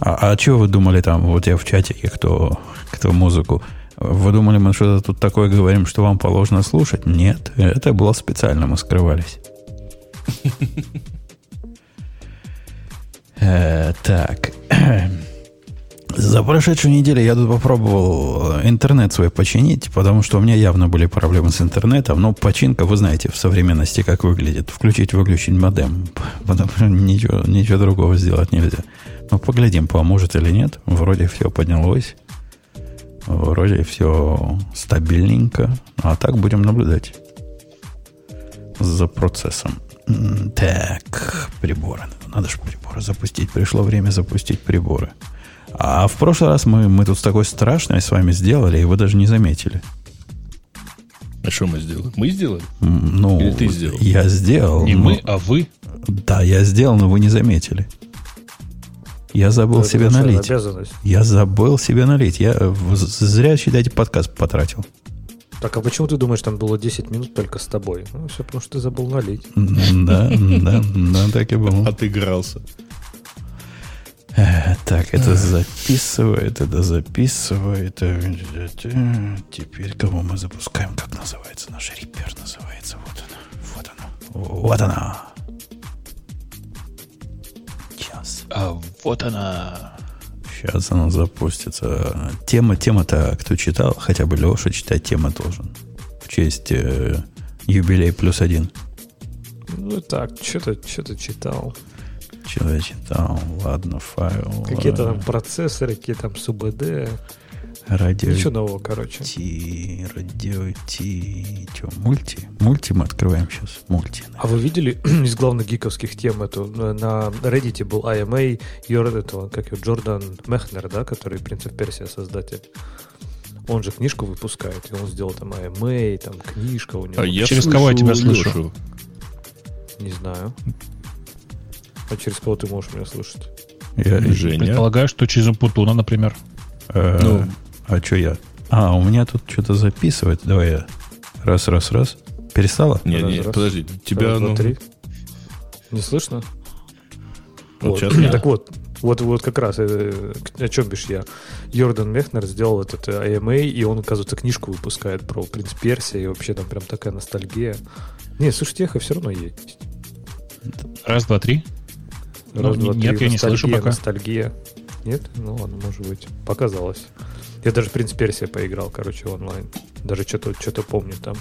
А чего вы думали там, вот я в чатике, кто музыку, вы думали, мы что-то тут такое говорим, что вам положено слушать? Нет, это было специально, мы скрывались. Так. За прошедшую неделю я тут попробовал интернет свой починить, потому что у меня явно были проблемы с интернетом. Но починка, вы знаете, в современности как выглядит. Включить-выключить модем. Потому что ничего другого сделать нельзя. Но поглядим, поможет или нет. Вроде все поднялось. Вроде все стабильненько. А так будем наблюдать за процессом. Так, приборы. Надо же приборы запустить. Пришло время запустить приборы. А в прошлый раз мы тут с такой страшной с вами сделали, и вы даже не заметили. А что мы сделали? Мы сделали? Ну, или ты сделал? Я сделал. Не мы, а вы? Да, я сделал, но вы не заметили. Я забыл себе налить. Я забыл себе налить. Я зря, считайте, подкаст потратил. Так, а почему ты думаешь, там было 10 минут только с тобой? Ну, все потому, что ты забыл налить. Да, так и было. Отыгрался. Так, это записывает. Теперь кого мы запускаем? Как называется? Наш репер называется. Вот она. Сейчас. Вот она. Сейчас она запустится. Тема-то, кто читал, хотя бы Леша читать тема должен. В честь юбилей +1. Ну так, что-то читал. Что-то читал. Ладно, файл. Какие-то там процессоры, какие там СУБД. Радио. Ничего нового, короче. Радио Ти. Что, мульти? Мульти мы открываем сейчас. Мульти. А вы видели из главных гиковских тем эту? На Reddit был IMA, Джордан Мехнер, да, который Prince of Persia создатель. Он же книжку выпускает, и он сделал там IMA, там книжка у него. А я через кого я тебя слышу? Не знаю. А через кого ты можешь меня слышать? Женя. Предполагаю, что через Умпутуна, например. А что я? У меня тут что-то записывать. Давай я. Раз. Перестала? Нет, подожди. Тебя, раз, 2, 3. Не слышно? Вот. Сейчас так вот как раз о чем бишь я. Йордан Мехнер сделал этот IMA, и он, оказывается, книжку выпускает про «Принц Персия», и вообще там прям такая ностальгия. Не, слушайте, эхо все равно есть. Раз, два, три. Раз, два, нет, три. я не слышу пока. Ностальгия. Нет? Ну ладно, может быть. Показалось. Я даже в «Принц Персия» поиграл, короче, онлайн. Даже что-то помню там.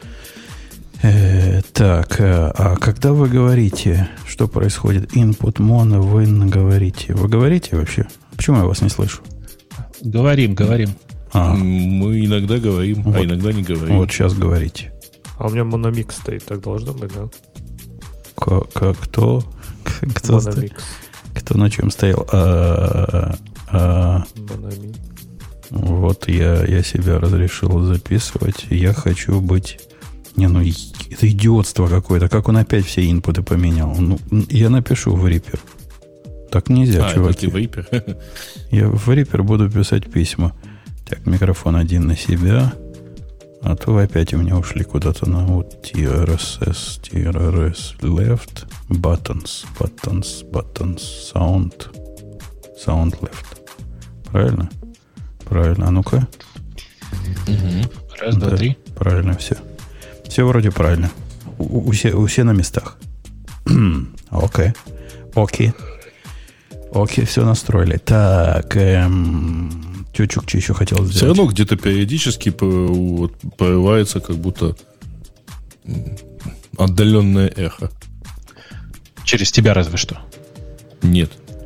Так, а когда вы говорите, что происходит? Input mono, вы говорите. Вы говорите вообще? Почему я вас не слышу? Говорим. Мы иногда говорим, вот, а иногда не говорим. Вот сейчас говорите. А у меня мономикс стоит, так должно быть, да? Кто Мономикс. Кто на чем стоял? Мономикс. Вот я себя разрешил записывать. Я хочу быть... это идиотство какое-то. Как он опять все инпуты поменял? Я напишу в Reaper. Так нельзя, чуваки. Это ты в Reaper? Я в Reaper буду писать письма. Так, микрофон один на себя. А то опять у меня ушли куда-то на вот TRS, left, buttons, sound left. Правильно? Правильно. А ну-ка. Раз, два, три. Правильно, все. Все вроде правильно. Все на местах. Окей, все настроили. Так, Чучук еще хотел сделать. Все равно где-то периодически появляется как будто отдаленное эхо. Через тебя разве что. Нет.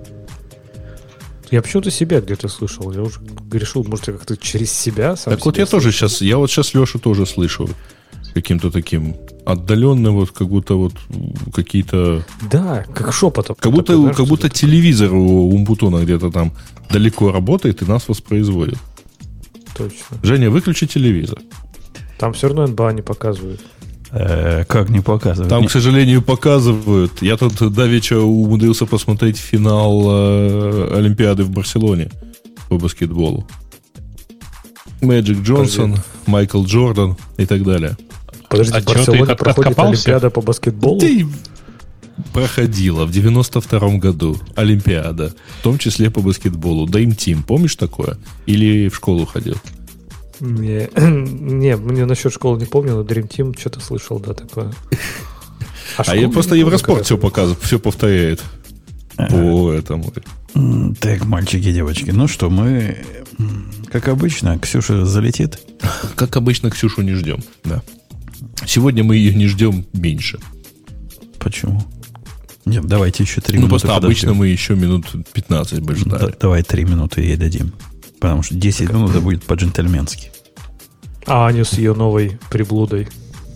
Я почему-то себя где-то слышал. Я уже решил, может, я как-то через себя сам. Так вот я тоже сейчас, сейчас Лешу тоже слышу каким-то таким отдаленным, вот как будто вот какие-то... Да, как шепотом. Как будто телевизор у Умпутуна где-то там далеко работает и нас воспроизводит. Точно. Женя, выключи телевизор. Там все равно НБА не показывают. Как не показывают? Там, к сожалению, показывают. Я тут давеча умудрился посмотреть финал Олимпиады в Барселоне по баскетболу. Мэджик Джонсон, Майкл Джордан и так далее. Подожди, в Барселоне проходит Олимпиада по баскетболу? проходила в 92-м году Олимпиада, в том числе по баскетболу. Dream Team, помнишь такое? Или в школу ходил? Не, мне насчет школы не помню, но Dream Team что-то слышал, да, такое. Я просто Евроспорт все показывает, все повторяет по этому. Так, мальчики и девочки, ну что, мы, как обычно, Ксюша залетит? Как обычно, Ксюшу не ждем, да. Сегодня мы ее не ждем меньше. Почему? Нет, давайте еще 3 минуты просто подождем. обычно мы еще минут 15 бы ждали. Давай 3 минуты ей дадим. Потому что 10 минут это будет по-джентльменски. А Аню с ее новой приблудой.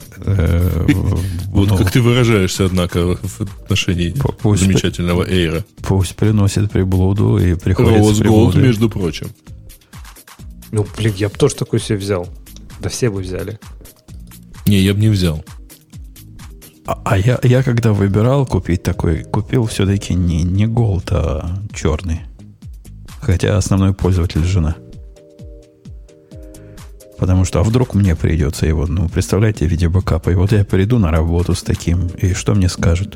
Вот как ты выражаешься, однако, в отношении замечательного Эйра. Пусть приносит приблуду и приходит Rose с приблудой. Gold, между прочим. Ну, блин, я бы тоже такой себе взял. Да все бы взяли. Не, я бы не взял. А я когда выбирал купить такой, купил все-таки не Gold, а черный. Хотя основной пользователь жена. Потому что, а вдруг мне придется его, представляете, в виде бэкапа. И вот я приду на работу с таким, и что мне скажут?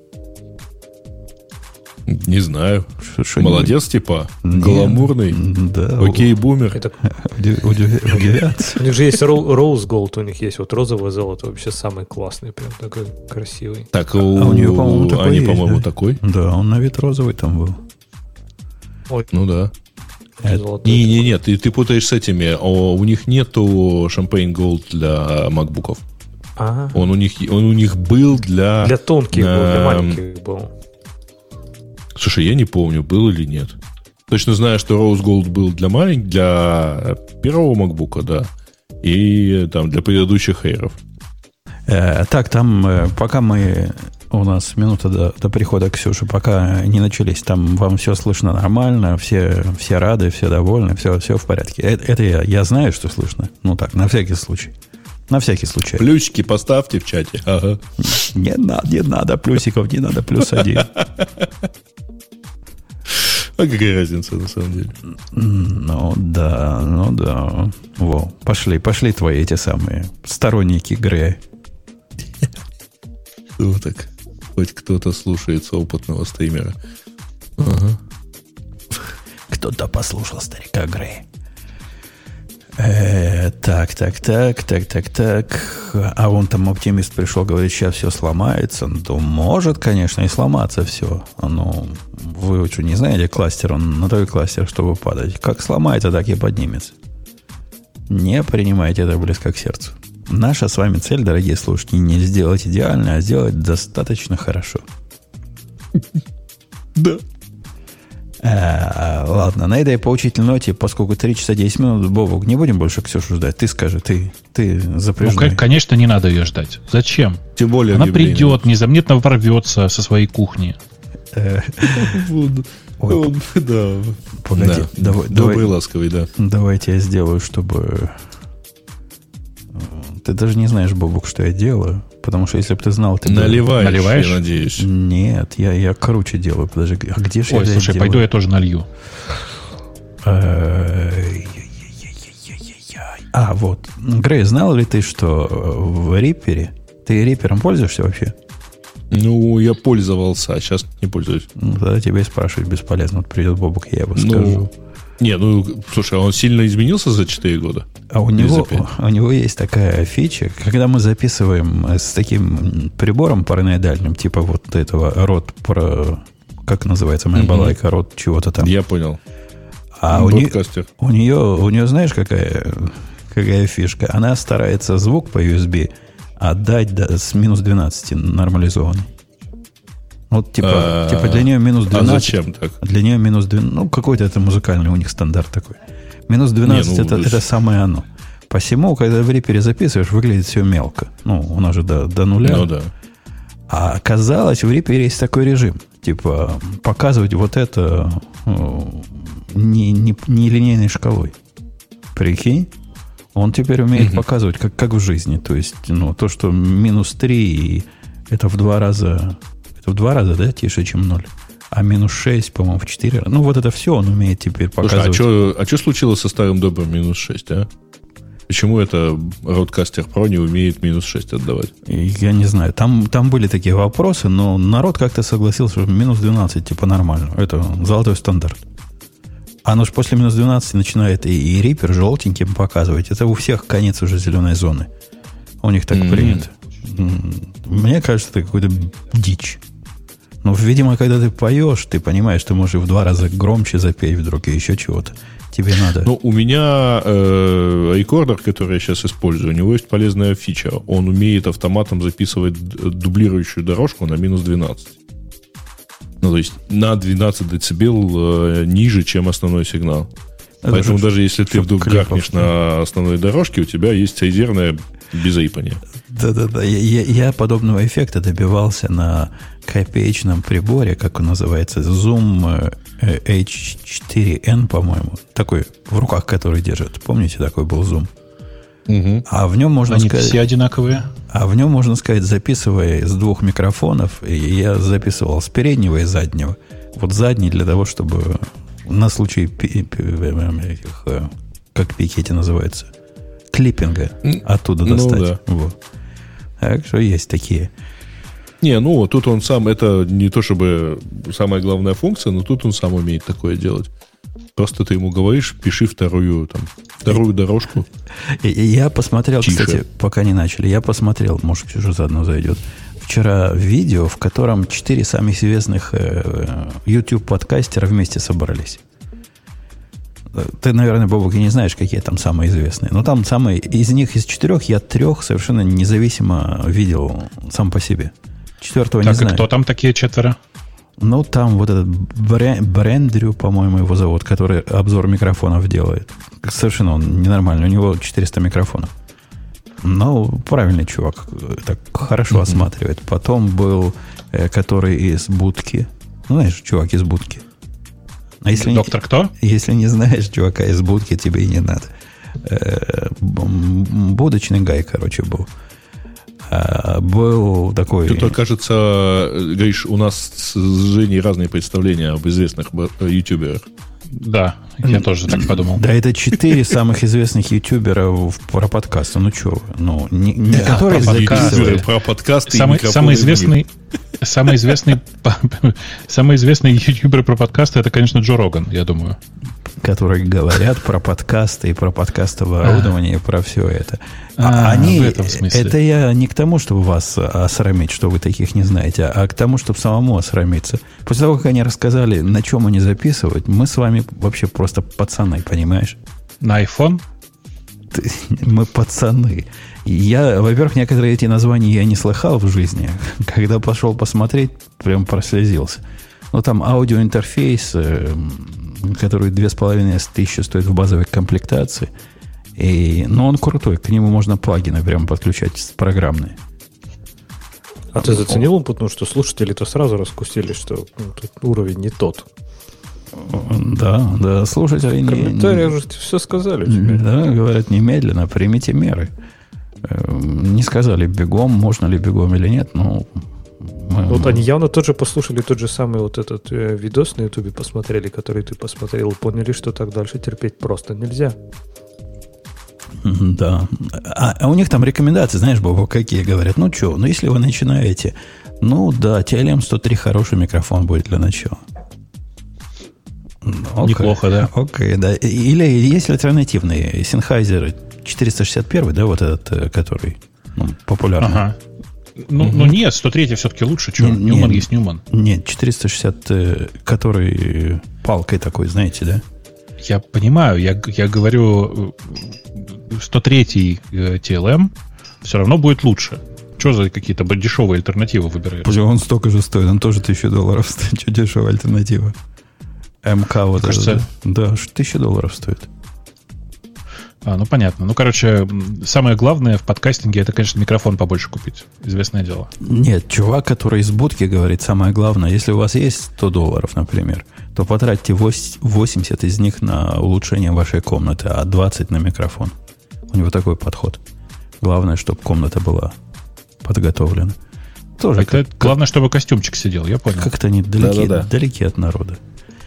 Не знаю. Что молодец, типа? Гламурный? Да. Окей, бумер. Удивятся. У них же есть Rose Gold, у них есть вот розовое золото, вообще самый классный, прям такой красивый. Так, у нее, по-моему, такой Ани, есть, по-моему, да? такой. Да, он на вид розовый там был. Ой, Ну да. золотой. Не, ты путаешь с этими. У них нету Champagne Gold для макбуков. А, Он у них был для... для тонких был, для маленьких был. Слушай, я не помню, был или нет. Точно знаю, что Rose Gold был для первого макбука, да. И там для предыдущих эйров. Так, там, пока у нас минута до прихода Ксюши, пока не начались, там вам все слышно нормально, все рады, все довольны, все в порядке. Это я знаю, что слышно. Ну так, на всякий случай. На всякий случай. Плюсики поставьте в чате. Ага. Не надо плюсиков, не надо +1. А какая разница, на самом деле? Ну да. Во, пошли твои эти самые сторонники Грея. Ну так, хоть кто-то слушается опытного стримера. Ага. Кто-то послушал старика Грея. Так. А он там, оптимист, пришел, говорит, сейчас все сломается. Ну, может, конечно, и сломаться все. Ну, вы что, не знаете, кластер, он на такой кластер, чтобы падать. Как сломается, так и поднимется. Не принимайте это близко к сердцу. Наша с вами цель, дорогие слушатели, не сделать идеально, а сделать достаточно хорошо. Да. Ладно, на этой поучительной ноте, поскольку 3 часа 10 минут, Бобок, не будем больше Ксюшу ждать. Ты скажи, ты запряженный. Ну, конечно, не надо ее ждать. Зачем? Тем более Она придет, незаметно ворвется со своей кухни. Да. Погоди, Добрый, ласковый, да. Давайте я сделаю, чтобы... Ты даже не знаешь, Бобок, что я делаю. Потому что если бы ты знал... Ты Наливаешь, я надеюсь. Нет, я круче делаю. Подожди, а где же я Ой, слушай, пойду я тоже налью. Вот. Грей, знал ли ты, что в Reaper... Ты Reaper'ом пользуешься вообще? Ну, я пользовался, а сейчас не пользуюсь. Ну, тогда тебя и спрашивать бесполезно. Вот придет Бобок, я его скажу. Слушай, а он сильно изменился за 4 года? А у него есть такая фича, когда мы записываем с таким прибором параноидальным, типа вот этого род про... Как называется моя балайка? Род чего-то там. Я понял. А у нее, знаешь, какая фишка? Она старается звук по USB отдать с минус 12 нормализованный. Вот типа для нее минус 12. А зачем так? Для нее минус 12. Ну, какой-то это музыкальный у них стандарт такой. Минус 12 это самое оно. Посему, когда в Reaper записываешь, выглядит все мелко. Ну, у нас же до нуля. Ну да. А оказалось, в Reaper есть такой режим. Типа, показывать вот это не линейной шкалой. Прикинь? Он теперь умеет показывать, как в жизни. То есть, то, что минус 3, это в 2 раза... Это в 2 раза, да, тише, чем 0. А минус 6, по-моему, в 4 раза. Ну, вот это все он умеет теперь показывать. Слушай, а что случилось со старым добрым минус 6, а? Почему это Rodecaster Pro не умеет минус 6 отдавать? Я не знаю. Там были такие вопросы, но народ как-то согласился, что минус 12 типа нормально. Это золотой стандарт. Оно же после минус 12 начинает и Reaper желтеньким показывать. Это у всех конец уже зеленой зоны. У них так принято. Мне кажется, это какой-то дичь. Но, видимо, когда ты поешь, ты понимаешь, ты можешь в 2 раза громче запеть вдруг и еще чего-то. Тебе надо... Ну, у меня рекордер, который я сейчас использую, у него есть полезная фича. Он умеет автоматом записывать дублирующую дорожку на минус 12. Ну, то есть на 12 дБ ниже, чем основной сигнал. Это поэтому даже если ты вдруг гакнешь на основной дорожке, у тебя есть резервное безрипание. Да-да-да. Я подобного эффекта добивался на копеечном приборе, как он называется, Zoom H4n, по-моему. Такой в руках, который держит. Помните, такой был Zoom? Угу. А в нем можно Они сказать... все одинаковые. А в нем, можно сказать, записывая с 2 микрофонов, и я записывал с переднего и заднего. Вот задний для того, чтобы на случай как пики эти называются, клиппинга оттуда достать. Ну, да. Вот. Так что есть такие. Не, ну, тут он сам, это не то чтобы самая главная функция, но тут он сам умеет такое делать. Просто ты ему говоришь, пиши вторую дорожку. Я посмотрел, Тише. кстати, пока не начали, я посмотрел, может, Ксюша заодно зайдет, вчера видео, в котором 4 самых известных YouTube-подкастера вместе собрались. Ты, наверное, Бобок, и не знаешь, какие там самые известные. Но там самые, из них, из 4, я 3 совершенно независимо видел сам по себе. 4-го не Так, знаю. и кто там такие 4? Ну, там вот этот Брендрю, по-моему, его зовут, который обзор микрофонов делает. Совершенно он ненормальный. У него 400 микрофонов. Ну, правильный чувак. Так хорошо осматривает. Потом был, который из будки. Ну, знаешь, чувак из будки. А если Доктор кто? Если не знаешь чувака из будки, тебе и не надо. Будочный гай, короче, был. Был такой... Что-то, кажется, говоришь, у нас с Женей разные представления об известных ютуберах. Да, я тоже так подумал. Да, это 4 самых известных ютуберов про подкасты. Ну, что? Ну, не которые записывают. Про подкасты Самый известный ютубер про подкасты — это, конечно, Джо Роган, я думаю. Которые говорят про подкасты и про подкастовое оборудование и про все это. Они, в этом смысле. Это я не к тому, чтобы вас осрамить, что вы таких не знаете, а к тому, чтобы самому осрамиться. После того, как они рассказали, на чем они записывают, мы с вами вообще просто пацаны, понимаешь? На iPhone? Мы пацаны. Я, во-первых, некоторые эти названия я не слыхал в жизни. Когда пошел посмотреть, прям прослезился. Ну, там аудиоинтерфейс, который 2500 стоит в базовой комплектации. Но он крутой, к нему можно плагины прямо подключать программные. А ты заценил он, потому что слушатели-то сразу раскусили, что тут уровень не тот. Да, слушатели... В комментариях же все сказали тебе. Да, говорят, немедленно примите меры. Не сказали бегом, можно ли бегом или нет, но... Вот они явно тоже послушали тот же самый вот этот видос на Ютубе, посмотрели, который ты посмотрел, поняли, что так дальше терпеть просто нельзя. Да. А у них там рекомендации, знаешь, Бобу, какие говорят? Ну, что, ну, если вы начинаете, ну, да, TLM-103 хороший микрофон будет для начала. Неплохо, да. Окей, да. Или есть альтернативные. Sennheiser 461, да, вот этот, который популярный. Ага. Ну нет, 103 все-таки лучше. Что? Ньюман есть Ньюман. Нет, 460, который палкой такой, знаете, да? Я понимаю, я говорю, 103 TLM все равно будет лучше. Что за какие-то дешевые альтернативы выбираешь? Он столько же стоит, он тоже $1000 стоит. Что дешевая альтернатива? МК вот кажется... это. Да, $1000 стоит. Ну, понятно. Ну, короче, самое главное в подкастинге — это, конечно, микрофон побольше купить. Известное дело. Нет, чувак, который из будки говорит, самое главное, если у вас есть $100, например, то потратьте 80 из них на улучшение вашей комнаты, а 20 на микрофон. У него такой подход. Главное, чтобы комната была подготовлена. Тоже главное, чтобы костюмчик сидел, я понял. Как-то они далеки от народа.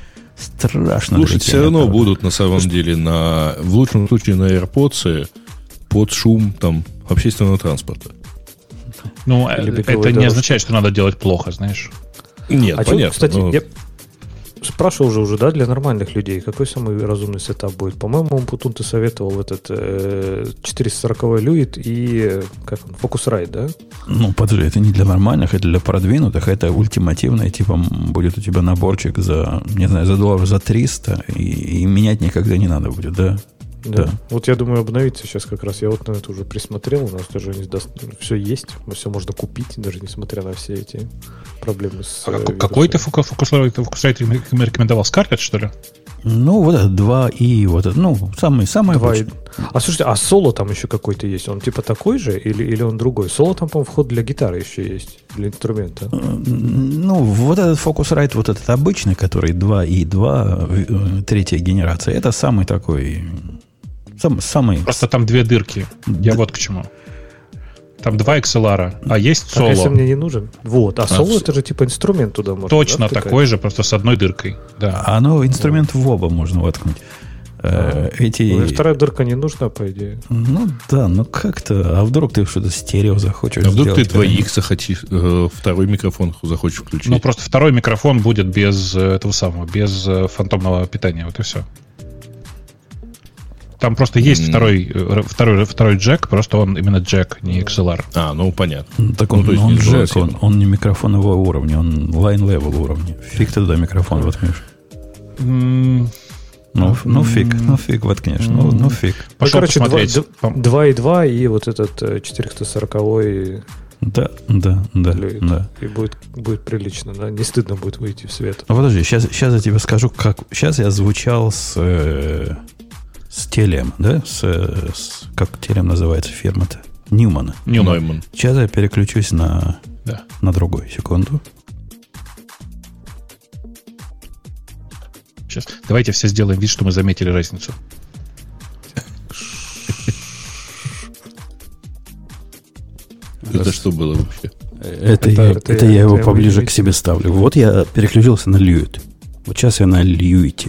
Страшно. Слушать все равно будут на самом деле в лучшем случае на AirPods, под шум там общественного транспорта. Ну, это не означает, что надо делать плохо, знаешь. Нет, понятно. Кстати, я спрашивал уже, да, для нормальных людей, какой самый разумный сетап будет? По-моему, Путун ты советовал этот 440 люит и как он, Focusrite, да? Ну, подожди, это не для нормальных, это для продвинутых, это ультимативное, типа, будет у тебя наборчик за, не знаю, за доллар за 300, и менять никогда не надо будет, да? Да. Вот я думаю, обновиться сейчас как раз. Я вот на это уже присмотрел. У нас даже все есть. Все можно купить, даже несмотря на все эти проблемы с... Какой ты Focusrite рекомендовал? Scarlett, что ли? Ну, вот это 2i, вот это, ну, самый обычный. А слушайте, а соло там еще какой-то есть? Он типа такой же или он другой? Соло там, по-моему, вход для гитары еще есть, для инструмента. Ну, вот этот Focusrite, вот этот обычный, который 2i2, третья генерация, это самый такой... Самый... Просто там две дырки. Я вот к чему. Там два XLR, а есть соло. Если мне не нужен. Вот. А соло это же типа инструмент туда можно. Точно такой же, просто с одной дыркой. Да. А оно инструмент в оба можно воткнуть. Ну, вторая дырка не нужна, по идее. Ну да, ну как-то. А вдруг ты что-то стерео захочешь? А вдруг ты двоих захотишь, второй микрофон захочешь включить? Ну просто второй микрофон будет без этого самого, без фантомного питания. Вот и все. Там просто есть второй джек, просто он именно джек, не XLR. А, ну понятно. Так он джек, он не микрофонового уровня, он line-level уровня. Фиг ты туда микрофон воткнешь. Ну фиг воткнешь. Ну фиг. Пошел посмотреть. 2.2 и вот этот 440-й. Да. И будет прилично, да? Не стыдно будет выйти в свет. Ну подожди, сейчас я тебе скажу, как... Сейчас я звучал с Телем, да? Как Телем называется фирма-то? Ньюман. Сейчас я переключусь на другой. Секунду. Сейчас. Давайте все сделаем вид, что мы заметили разницу. Это что было вообще? Это я его поближе к себе ставлю. Вот я переключился на Льюит. Вот сейчас я на Льюите.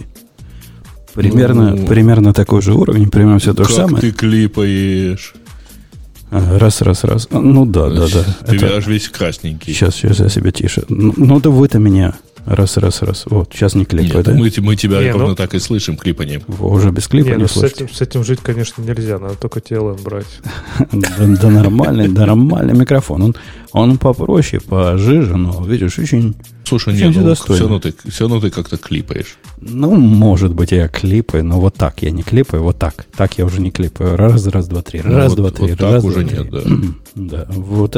Примерно такой же уровень, примерно все то же самое. Как ты клипаешь? Раз. Ну да. Ты аж весь красненький. Сейчас я себя тише. Ну да вы-то меня. Раз. Вот, сейчас не клипай, да? Мы тебя ровно так и слышим, клипанием. Уже без клипа не слышите. С этим жить, конечно, нельзя. Надо только TLM брать. Да нормальный микрофон. Он попроще, пожиже, но, видишь, очень... Слушай, нет, все равно ты как-то клипаешь. Ну, может быть, я клипаю, но вот так я не клипаю, вот так. Так я уже не клипаю. Раз, два, три. Раз, два, три. Вот так уже нет, да. Да, вот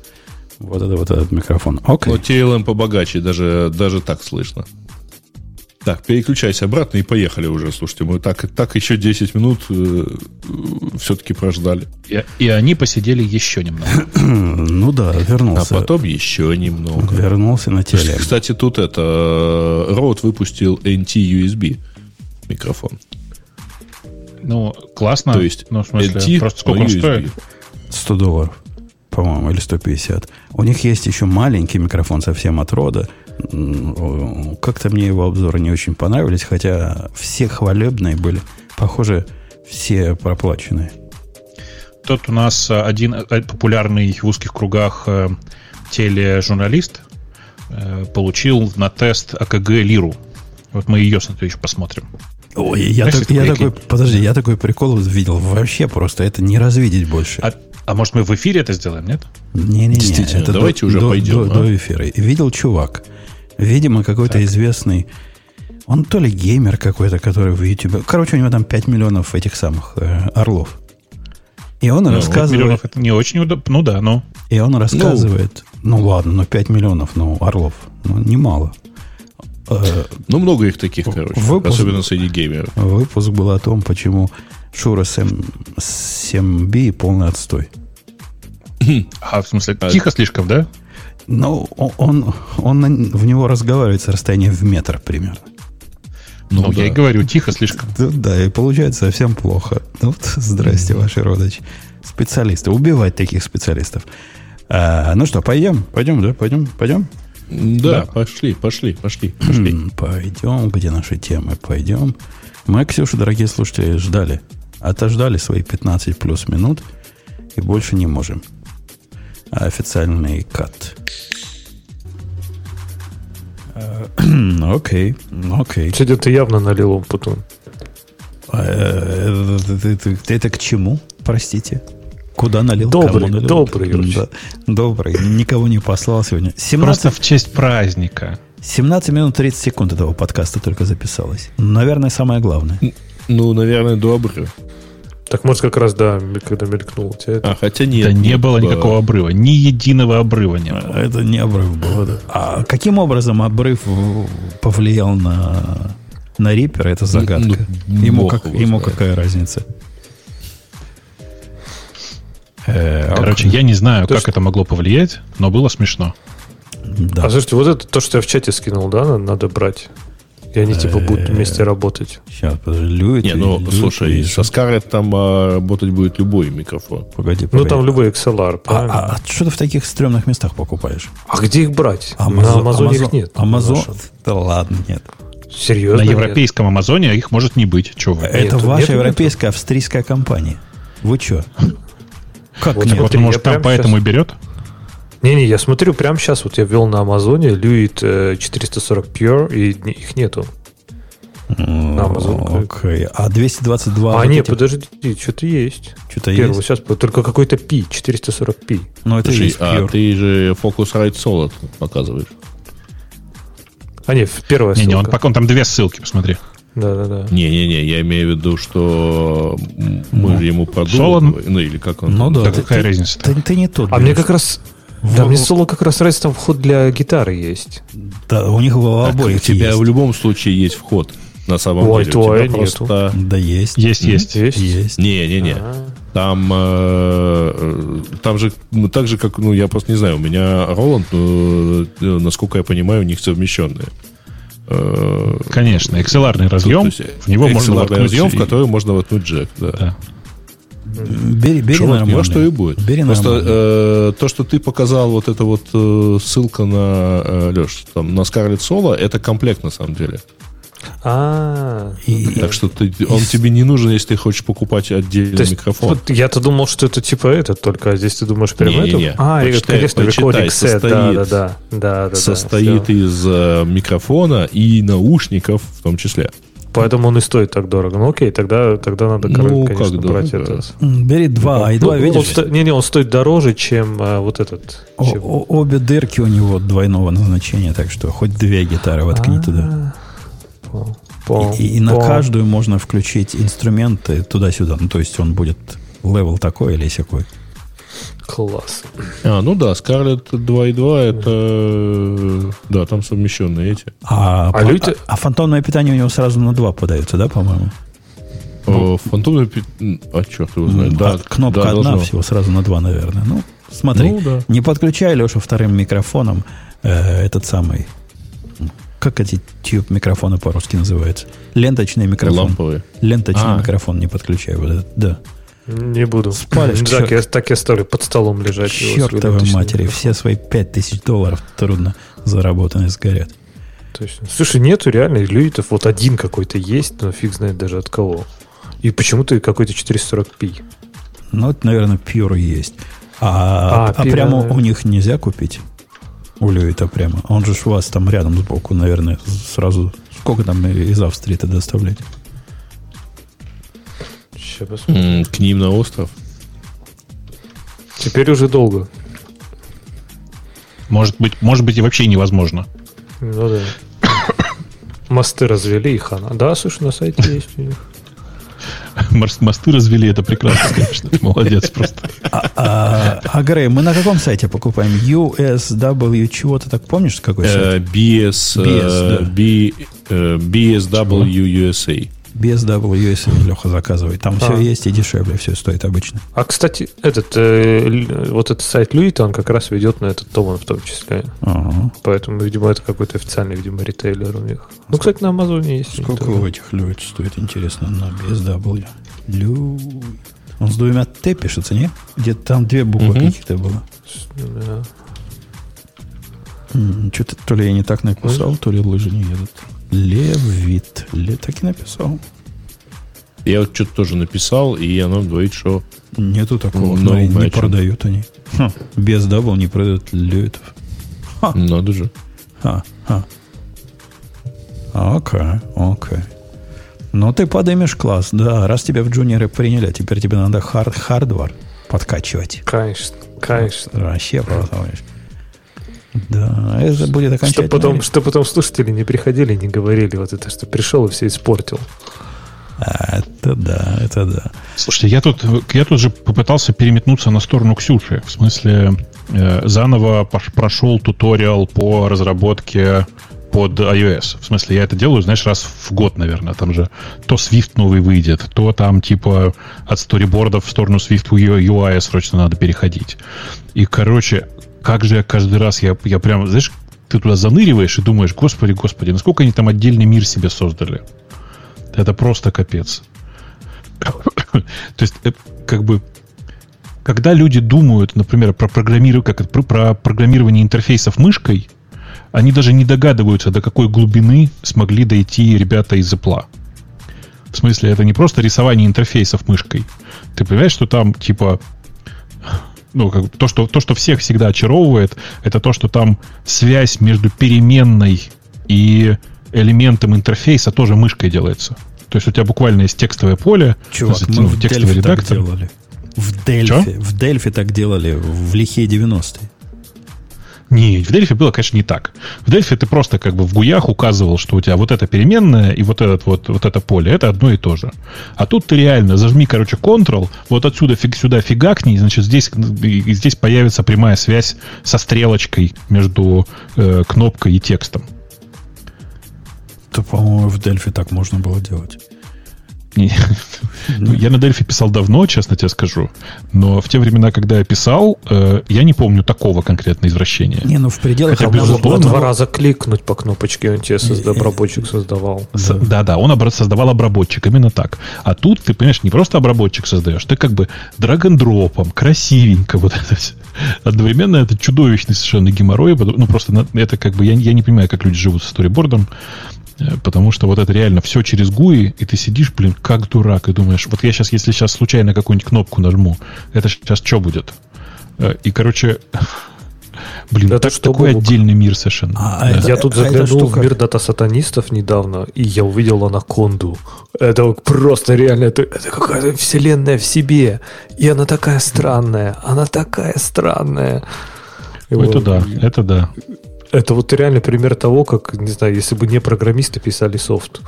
этот микрофон. Окей. Но TLM побогаче, даже так слышно. Так, переключайся обратно и поехали уже. Слушайте, мы так еще 10 минут все-таки прождали. И они посидели еще немного. Ну да, вернулся. А потом еще немного. Вернулся на теле. Кстати, тут Rode выпустил NT-USB микрофон. Ну, классно. То есть, ну, в смысле, просто сколько он стоит? $100, по-моему, или 150. У них есть еще маленький микрофон совсем от Rode. Как-то мне его обзоры не очень понравились, хотя все хвалебные были. Похоже, все проплаченные. Тут у нас один популярный в узких кругах тележурналист получил на тест АКГ Лиру. Вот мы ее, смотри, еще посмотрим. Ой, я такой прикол видел. Вообще просто это не развидеть больше. А может мы в эфире это сделаем, нет? Не-не-не. Действительно, это давайте уже пойдем. До эфира. Видел чувак. Видимо, какой-то известный... Он то ли геймер какой-то, который в YouTube... Короче, у него там 5 миллионов этих самых орлов. И он рассказывает... 5 миллионов это не очень удобно. Ну да, ну. И он рассказывает... Ну ладно, 5 миллионов, орлов. Немало. Много их таких, короче. Особенно среди геймеров. Выпуск был о том, почему Шура 7B полный отстой. А в смысле, тихо слишком, да? Ну, он в него разговаривает с расстояния в метр примерно. Ну, я и говорю, тихо слишком. Да, и получается совсем плохо. Ну, вот, здрасте, ваши родичи. Специалисты. Убивать таких специалистов. Ну что, пойдем? Пойдем? Да, пошли. Пойдем, где наши темы? Пойдем. Мы, Ксюша, дорогие слушатели, ждали. Отождали свои 15 плюс минут и больше не можем. Официальный кат. Окей. Сегодня ты явно налил Умпутун. Это к чему, простите? Куда налил? Добрый, кому налил? добрый. Да, добрый. Никого не послал сегодня. 17, Просто в честь праздника. 17 минут 30 секунд этого подкаста только записалось. Наверное, самое главное. Ну, наверное, добрый. Так может как раз, да, когда мелькнул у тебя это. Хотя нет. Да не было никакого обрыва. Ни единого обрыва не было. Это не обрыв был. Да. А каким образом обрыв повлиял на Reaper, это загадка. Ему какая разница? Короче, я не знаю, как это могло повлиять, но было смешно. Да. А слушайте, вот это то, что я в чате скинул, да, надо брать. И они типа будут вместе работать. Сейчас, подожди, слушай, со Scarlett там работать будет любой микрофон. Погоди. Ну, там любой XLR, правильно? А что ты в таких стрёмных местах покупаешь? А где их брать? На Амазоне их нет. Амазон? Да ладно, нет. Серьезно? На европейском Амазоне их может не быть. Чего вы? Это ваша европейская австрийская компания. Вы что? Как Вот нет? Вот, может, там поэтому и берет? Не-не, я смотрю, прямо сейчас вот я ввел на Амазоне Luit 440 Pure, и их нету. На Амазон. Окей. А 222... нет, подожди, что-то есть. Что-то Первый, есть? сейчас только какой-то P, 440p. Ну, это Слушай, есть Pure. ты же Focusrite Solid показываешь. А нет, первая ссылка. Не, он там две ссылки, посмотри. Да. Не, я имею в виду, что мы же ему продумали. Ну, или как он... Ну да. Да какая разница? Ты не тот. А мне как раз... Да, мне соло как раз нравится, там вход для гитары есть. Да, у них в Так, обоих у тебя есть. в любом случае есть вход. На самом Ой, деле. У твоя тебя нету. просто... Да, есть. Есть. Есть. Не. Там же, так же, как, я просто не знаю, у меня Roland, насколько я понимаю, у них совмещенные. Конечно, XLR-ный разъем, в него можно воткнуть... разъем, в который можно воткнуть джек, да. Бери нормально. Что и будет. Бери Просто нормально. то, что ты показал, вот эта вот ссылка на, Леш, там, на Scarlett Solo, это комплект на самом деле. Так что он тебе не нужен, если ты хочешь покупать отдельный микрофон. Вот я-то думал, что это типа этот только, а здесь ты думаешь прям это? Не-не-не. Это, конечно, recording set, да. Состоит из микрофона и наушников в том числе. Поэтому он и стоит так дорого. Ну окей, тогда надо, конечно, брать это. Бери два, и два, видишь? Он стоит дороже, чем вот этот. Обе дырки у него двойного назначения, так что хоть две гитары воткни туда. И на каждую можно включить инструменты туда-сюда. Ну, то есть он будет левел такой или сякой. Класс. Ну да, Scarlett 2.2 это... Да, там совмещенные эти. А фантомное питание у него сразу на 2 подается, да, по-моему? Фантомное... черт его знает. Да, кнопка одна, всего сразу на 2, наверное. Ну, смотри, не подключай, Леша, вторым микрофоном этот самый... Как эти тюб-микрофоны по-русски называются? Ленточный микрофон. Ламповые. Ленточный микрофон не подключай. Вот этот, да. Не буду. Спалишь. Так я ставлю под столом лежать. Чертовой матери. Все свои $5000 трудно заработанные сгорят. Точно. Слушай, нету реально люитов. Вот один какой-то есть, но фиг знает даже от кого. И почему-то какой-то 440p. Ну, это, наверное, Pure есть. А прямо у них нельзя купить? У Люита прямо. Он же у вас там рядом сбоку, наверное, сразу. Сколько там из Австрии-то доставлять? Сейчас посмотрим. К ним на остров. Теперь уже долго. Может быть, и вообще невозможно. Ну да. Мосты развели и хана. Да, слушай, на сайте есть у них. Мосты развели, это прекрасно, конечно. Ты молодец просто. Грей, мы на каком сайте покупаем? USW чего-то, так помнишь, какой сайт? BSW USA. BSW USA Леха заказывает. Там все есть и дешевле, все стоит обычно. А, кстати, этот сайт Люита, он как раз ведет на этот Томан в том числе. Поэтому, видимо, это какой-то официальный, ритейлер у них. Ну, кстати, на Амазоне есть. Сколько у этих Люит стоит, интересно, на BSW? Люит. Он с 2 Т пишется, не? Где-то там 2 буквы каких-то было. Да. Что-то то ли я не так написал, то ли лыжи не едут. Левит. Так и написал. Я вот что-то тоже написал, и оно говорит, что... Нету такого. Не продают они. Без дабл не продают люитов. Надо же. Окей. Ну, ты поднимешь класс, да. Раз тебя в джуниоры приняли, теперь тебе надо хардвар подкачивать. Конечно. Вообще просто. Да, это будет окончательно. Что потом слушатели не приходили, не говорили вот это, что пришел и все испортил. Это да. Слушайте, я тут же попытался переметнуться на сторону Ксюши. В смысле, заново прошел туториал по разработке под iOS. В смысле, я это делаю, знаешь, раз в год, наверное. Там же то Swift новый выйдет, то там типа от сторибордов в сторону Swift UI срочно надо переходить. И, короче, как же я каждый раз, я прям, знаешь, ты туда заныриваешь и думаешь, господи, насколько они там отдельный мир себе создали. Это просто капец. То есть, как бы, когда люди думают, например, про программирование интерфейсов мышкой, они даже не догадываются, до какой глубины смогли дойти ребята из Apple. В смысле, это не просто рисование интерфейсов мышкой. Ты понимаешь, что там, типа, ну, как, то, что всех всегда очаровывает, это то, что там связь между переменной и элементом интерфейса тоже мышкой делается. То есть у тебя буквально есть текстовое поле. Чувак, мы в Дельфи так делали. В Дельфи так делали в лихие 90-е. Не, в Дельфи было, конечно, не так. В Дельфи ты просто как бы в гуях указывал, что у тебя вот эта переменная и вот это поле, это одно и то же. А тут ты реально зажми, короче, Ctrl, вот отсюда сюда фигакни, значит, здесь появится прямая связь со стрелочкой между кнопкой и текстом. То, по-моему, в Дельфи так можно было делать. Я на Дельфи писал давно, честно тебе скажу. Но в те времена, когда я писал, я не помню такого конкретного извращения. Не, ну в пределах... Хотя можно было 2 раза кликнуть по кнопочке, он тебе обработчик создавал. Да, он создавал обработчик, именно так. А тут ты, понимаешь, не просто обработчик создаешь, ты как бы драг-н-дропом, красивенько вот это все. Одновременно это чудовищный совершенно геморрой. Ну, просто это как бы... Я не понимаю, как люди живут со сторибордом. Потому что вот это реально все через GUI, и ты сидишь, блин, как дурак, и думаешь, вот я сейчас, если сейчас случайно какую-нибудь кнопку нажму, это сейчас что будет? И, короче, блин, это такой отдельный мир совершенно. Я тут заглянул в мир дата-сатанистов недавно, и я увидел анаконду. Это просто реально, это какая-то вселенная в себе. И она такая странная. Это да. Это вот реально пример того, как, не знаю, если бы не программисты писали софт.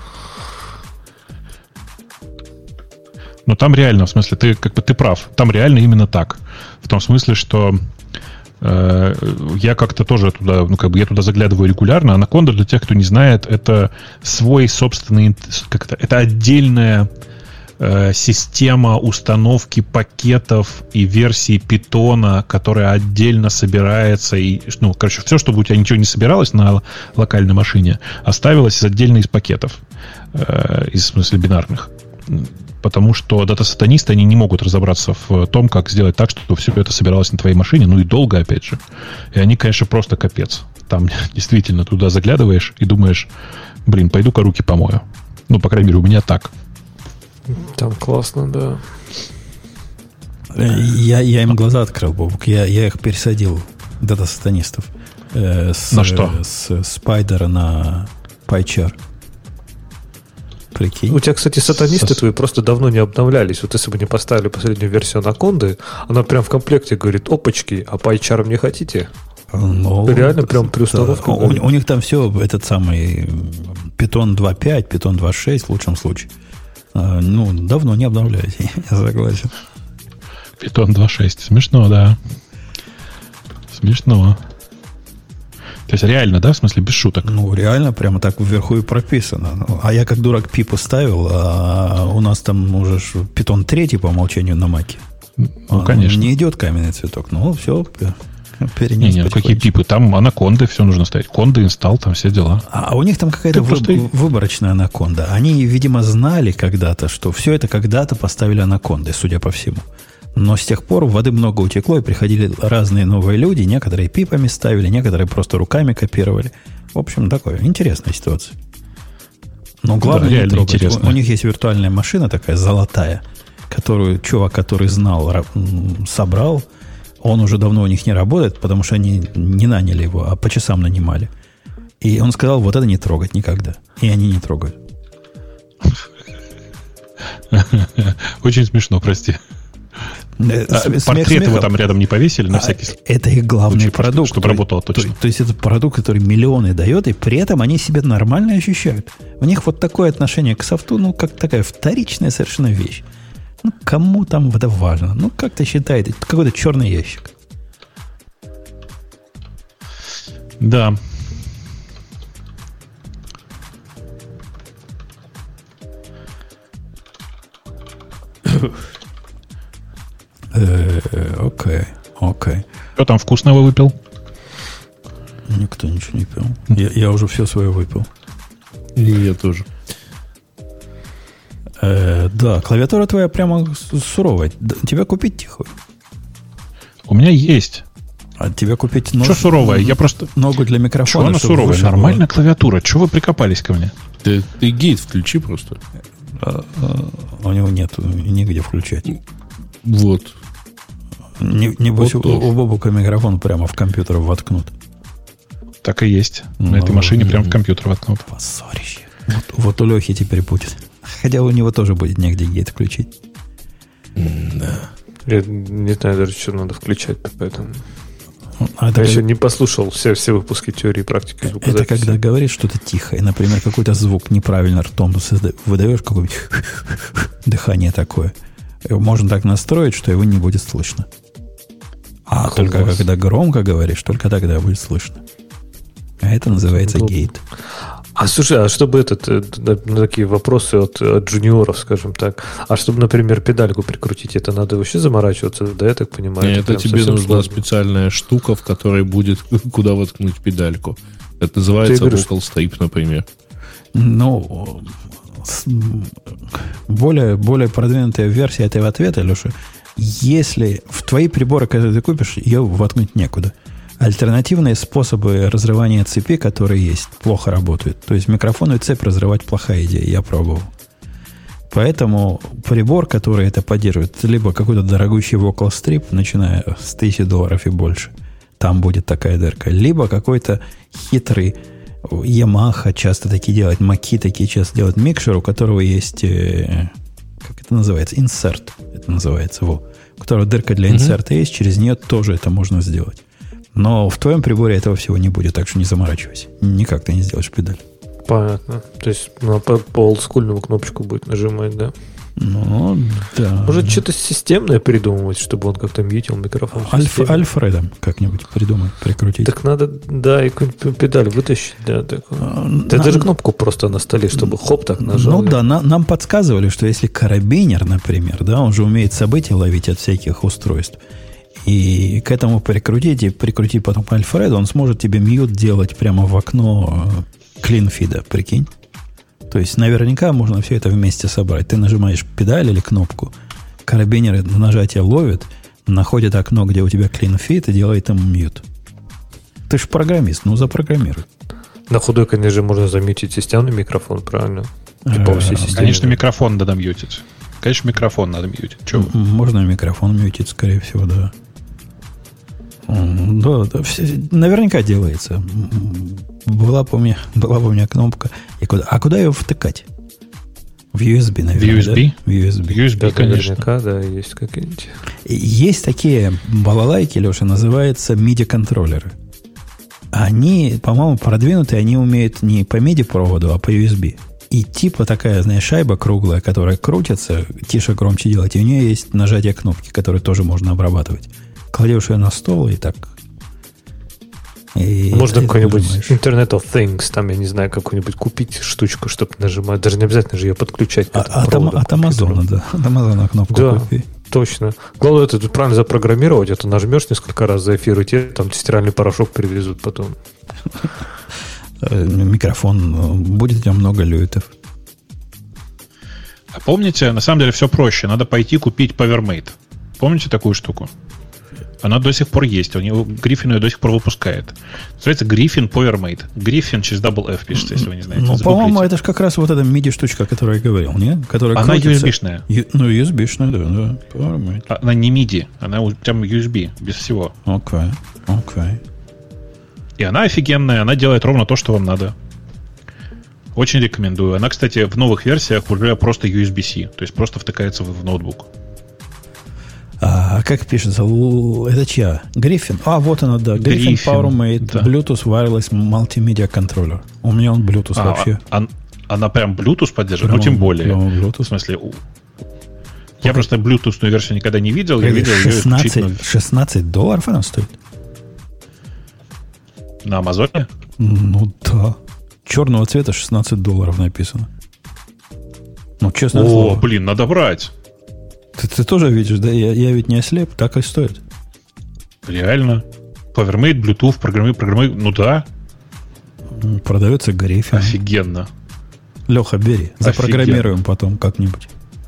Но там реально, в смысле, ты прав. Там реально именно так. В том смысле, что я как-то тоже туда, я туда заглядываю регулярно. Анаконда, для тех, кто не знает, это свой собственный, это отдельная система установки пакетов и версий питона, которая отдельно собирается. И, все, чтобы у тебя ничего не собиралось на локальной машине, оставилось отдельно из пакетов. В смысле бинарных. Потому что дата-сатанисты, они не могут разобраться в том, как сделать так, чтобы все это собиралось на твоей машине. Ну и долго, опять же. И они, конечно, просто капец. Там действительно туда заглядываешь и думаешь, блин, пойду-ка руки помою. Ну, по крайней мере, у меня так. Там классно, да. Я им глаза открыл, Бобук. Я их пересадил, дата-сатанистов. На что? С спайдера на PyChar. Прикинь. У тебя, кстати, сатанисты твои просто давно не обновлялись. Вот если бы не поставили последнюю версию анаконды, она прям в комплекте говорит: опачки, а PyChar не хотите? Ну, реально прям при установке. Да. У них там все этот самый Python 2.5, Python 2.6 в лучшем случае. Ну, давно не обновлялись, я согласен. Python 2.6. Смешно, да. Смешно. То есть реально, да? В смысле, без шуток? Ну, реально, прямо так вверху и прописано. А я как дурак пипу ставил, а у нас там уже Python 3 по умолчанию на Маке. Ну, конечно. Не идет каменный цветок. Ну, все, перенес. Не, какие пипы? Там анаконды все нужно ставить. Конды, инсталл, там все дела. А у них там какая-то выборочная анаконда. Они, видимо, знали когда-то, что все это когда-то поставили анаконды, судя по всему. Но с тех пор воды много утекло, и приходили разные новые люди. Некоторые пипами ставили, некоторые просто руками копировали. В общем, такое интересная ситуация. Но главное, да, реально интересно. У них есть виртуальная машина такая золотая, которую чувак, который знал, собрал. Он уже давно у них не работает, потому что они не наняли его, а по часам нанимали. И он сказал, вот это не трогать никогда. И они не трогают. Очень смешно, прости. Портрет его там рядом не повесили, на всякий случай. Это их главный продукт. Чтобы работало точно. То есть это продукт, который миллионы дает, и при этом они себя нормально ощущают. У них вот такое отношение к софту, ну, как такая вторичная совершенно вещь. Ну, кому там это важно? Ну, как-то считает, это какой-то черный ящик. Да. Окей. Кто там вкусного выпил? Никто ничего не пил. Я уже все свое выпил. И я тоже. Да, клавиатура твоя прямо суровая. Тебя купить тихо? У меня есть. А тебя купить ногу? Что суровая? Я просто... Ногу для микрофона. Что она суровая? Нормальная клавиатура. Чего вы прикопались ко мне? Ты гейт включи просто. У него нет нигде включать. Вот. Небось, вот у Бобука микрофон прямо в компьютер воткнут. Так и есть. На этой машине прямо в компьютер воткнут. Позорище. Вот у Лехи теперь будет. Хотя у него тоже будет негде гейт включить. Да. Я не знаю даже, что надо включать, поэтому... Я еще не послушал все выпуски теории и практики звукозаписи. Это когда говоришь что-то тихое. Например, какой-то звук неправильно ртом выдаешь, какое-нибудь дыхание такое. Можно так настроить, что его не будет слышно. А только когда громко говоришь, только тогда будет слышно. А это называется гейт. А слушай, а чтобы такие вопросы от джуниоров, скажем так, а чтобы, например, педальку прикрутить, это надо вообще заморачиваться, да, я так понимаю? Нет, это тебе нужна специальная штука, в которой будет куда воткнуть педальку. Это называется vocal strip, например. Ну, более продвинутая версия этого ответа, Леша, если в твои приборы, когда ты купишь, ее воткнуть некуда. Альтернативные способы разрывания цепи, которые есть, плохо работают. То есть микрофонную цепь разрывать плохая идея, я пробовал. Поэтому прибор, который это поддерживает, либо какой-то дорогущий vocal strip, начиная с $1000 и больше, там будет такая дырка, либо какой-то хитрый Yamaha часто такие делают, Маки такие часто делают микшер, у которого есть, как это называется, инсерт, это называется, у которого дырка для инсерта есть, через нее тоже это можно сделать. Но в твоем приборе этого всего не будет, так что не заморачивайся. Никак ты не сделаешь педаль. Понятно. То есть по олдскульному кнопочку будет нажимать, да? Ну, да. Может, что-то системное придумывать, чтобы он как-то мьютил микрофон? Альфредом как-нибудь придумать, прикрутить. Так надо, да, и какую-нибудь педаль вытащить, да. Ты даже кнопку просто на столе, чтобы хоп так нажал. Ну да, нам подсказывали, что если карабинер, например, да, он же умеет события ловить от всяких устройств, и к этому прикрутить потом к Альфреду, он сможет тебе мьют делать прямо в окно клинфида, прикинь. То есть наверняка можно все это вместе собрать. Ты нажимаешь педаль или кнопку, карабинер на нажатие ловит, находит окно, где у тебя клинфид, и делает ему мьют. Ты же программист, ну запрограммируй. На худой, конечно, можно замьютить системный микрофон, правильно? По всей системе. Конечно, микрофон надо мьютить. Конечно, микрофон надо мьютить. Можно микрофон мьютить, скорее всего, да. Да, наверняка делается. Была бы у меня кнопка. А куда ее втыкать? В USB, наверное. В USB? Да? В USB, да, конечно. Наверняка, да, есть какие-нибудь. Есть такие балалайки, Леша, называются MIDI-контроллеры. Они, по-моему, продвинутые, они умеют не по MIDI-проводу, а по USB. И типа такая, знаешь, шайба круглая, которая крутится, тише, громче делать, и у нее есть нажатие кнопки, которые тоже можно обрабатывать. Кладешь ее на стол и так. И можно какой-нибудь Internet of Things, там, я не знаю, какую-нибудь купить штучку, чтобы нажимать. Даже не обязательно же ее подключать. От Амазона, да. От Амазона кнопку купи. Точно. Главное, это тут правильно запрограммировать, а то нажмешь несколько раз за эфир, и тебе там стиральный порошок перевезут потом. Микрофон, будет у тебя много люитов. А помните, на самом деле все проще. Надо пойти купить PowerMate. Помните такую штуку? Она до сих пор есть. У него Griffin ее до сих пор выпускает. Называется Griffin PowerMate. Griffin через Double F пишется, если вы не знаете. Ну, по-моему, это же как раз вот эта MIDI-штучка, о которой я говорил, нет? Которая она крутится. USB-шная. USB-шная, да. PowerMate. Она не MIDI, она прям USB, без всего. Окей. И она офигенная, она делает ровно то, что вам надо. Очень рекомендую. Она, кстати, в новых версиях уже просто USB-C, то есть просто втыкается в ноутбук. А как пишется? Это чья? Griffin? Вот она, да. Griffin PowerMate, да. Bluetooth Wireless Multimedia Controller. У меня он Bluetooth вообще. Она прям Bluetooth поддерживает? Прямо, тем более. Bluetooth. В смысле, я просто Bluetooth версию никогда не видел. Я видел $16 она стоит? На Амазоне? Ну да. Черного цвета $16 написано. Ну, честно слово. Блин, надо брать. Ты тоже видишь, да? Я ведь не ослеп, так и стоит. Реально. PowerMate, Bluetooth, программы. Ну да. Продается Griffin. Офигенно. Леха, бери. Запрограммируем потом как-нибудь.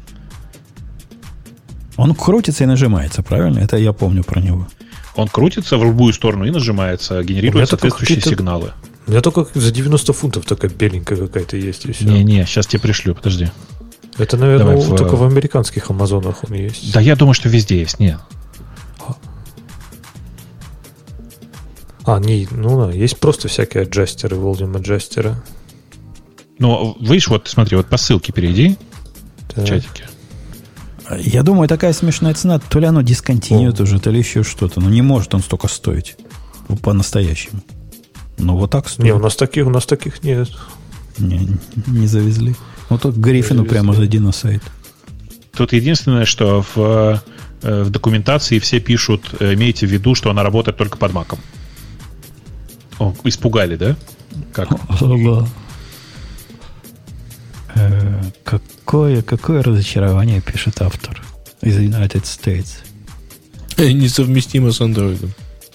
Он крутится и нажимается, правильно? Это я помню про него. Он крутится в любую сторону и нажимается, генерирует соответствующие сигналы. У меня только за 90 фунтов такая беленькая какая-то есть. И все. Не, сейчас тебе пришлю, подожди. Это, наверное, только в американских Амазонах он есть. Да, я думаю, что везде есть. Нет. Есть просто всякие аджастеры, volume аджастеры. Ну, видишь, вот смотри, вот по ссылке перейди в чатике. Я думаю, такая смешная цена, то ли оно дисконтинует уже, то ли еще что-то. Но не может он столько стоить по-настоящему. Ну, вот так стоит. Не, у нас таких нет. Не завезли. Вот тут Гриффину прямо зайди на сайт. Тут единственное, что в документации все пишут, имейте в виду, что она работает только под маком. Испугали, да? Как? Какое разочарование, пишет автор из United States. Несовместимо с Android.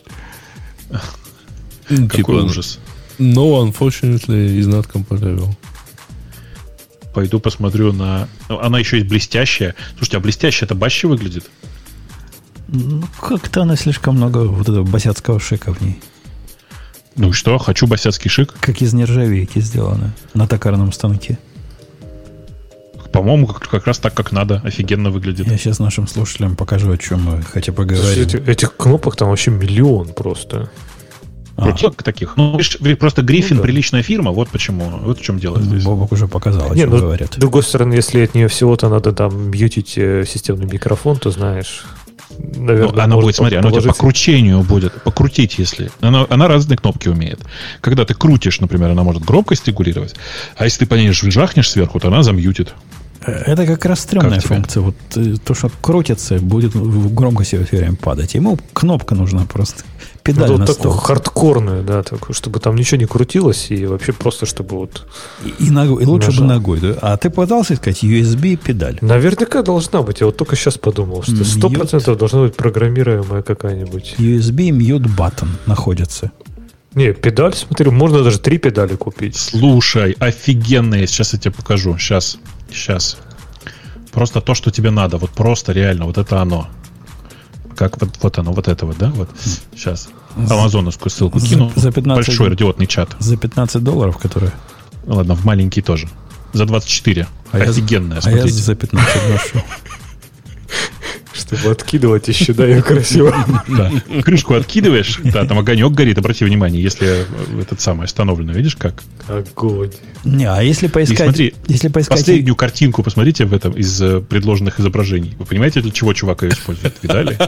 Какой ужас. No, unfortunately, is not compatible. Пойду посмотрю на... Она еще есть блестящая. Слушайте, а блестящая-то баще выглядит? Ну, как-то она слишком много вот этого босяцкого шика в ней. Ну и что? Хочу босяцкий шик. Как из нержавейки сделано. На токарном станке. По-моему, как раз так, как надо. Офигенно выглядит. Я сейчас нашим слушателям покажу, о чем мы хотя поговорим. Этих кнопок там вообще миллион просто. Круток таких. Ну, просто Griffin приличная фирма, вот почему. Вот в чем дело здесь. Бобок уже показал, о чем говорят. С другой стороны, если от нее всего-то надо там мьютить системный микрофон, то знаешь... Наверное, она будет, смотри, она у тебя по кручению будет. Покрутить, если. Она разные кнопки умеет. Когда ты крутишь, например, она может громкость регулировать, а если ты по ней жахнешь сверху, то она замьютит. Это как раз стрёмная функция. Вот то, что крутится, будет громкость все время падать. Ему кнопка нужна просто. Педаль на стол. Такую хардкорную, да, такую, чтобы там ничего не крутилось, и вообще просто, чтобы вот... И лучше бы ногой, да? А ты пытался искать USB-педаль? Наверняка должна быть. Я вот только сейчас подумал, что 100% должна быть программируемая какая-нибудь. USB mute button находится. Не, педаль, смотри, можно даже 3 педали купить. Слушай, офигенные. Сейчас я тебе покажу. Сейчас. Просто то, что тебе надо. Вот просто реально, вот это оно. Как вот оно, вот это вот, да? Вот. Сейчас. Амазоновскую ссылку кину. За 15, большой радиотный чат. За $15, которые... Ладно, в маленький тоже. За 24. Офигенная, смотрите. А я за 15 ношу. Чтобы откидывать еще, да, ее красиво. Да. Крышку откидываешь, да, там огонек горит, обрати внимание, если этот самый остановлено, видишь как? Огонь. Не, а если поискать... Смотри, последнюю картинку посмотрите в этом из предложенных изображений. Вы понимаете, для чего чувак ее использует? Видали?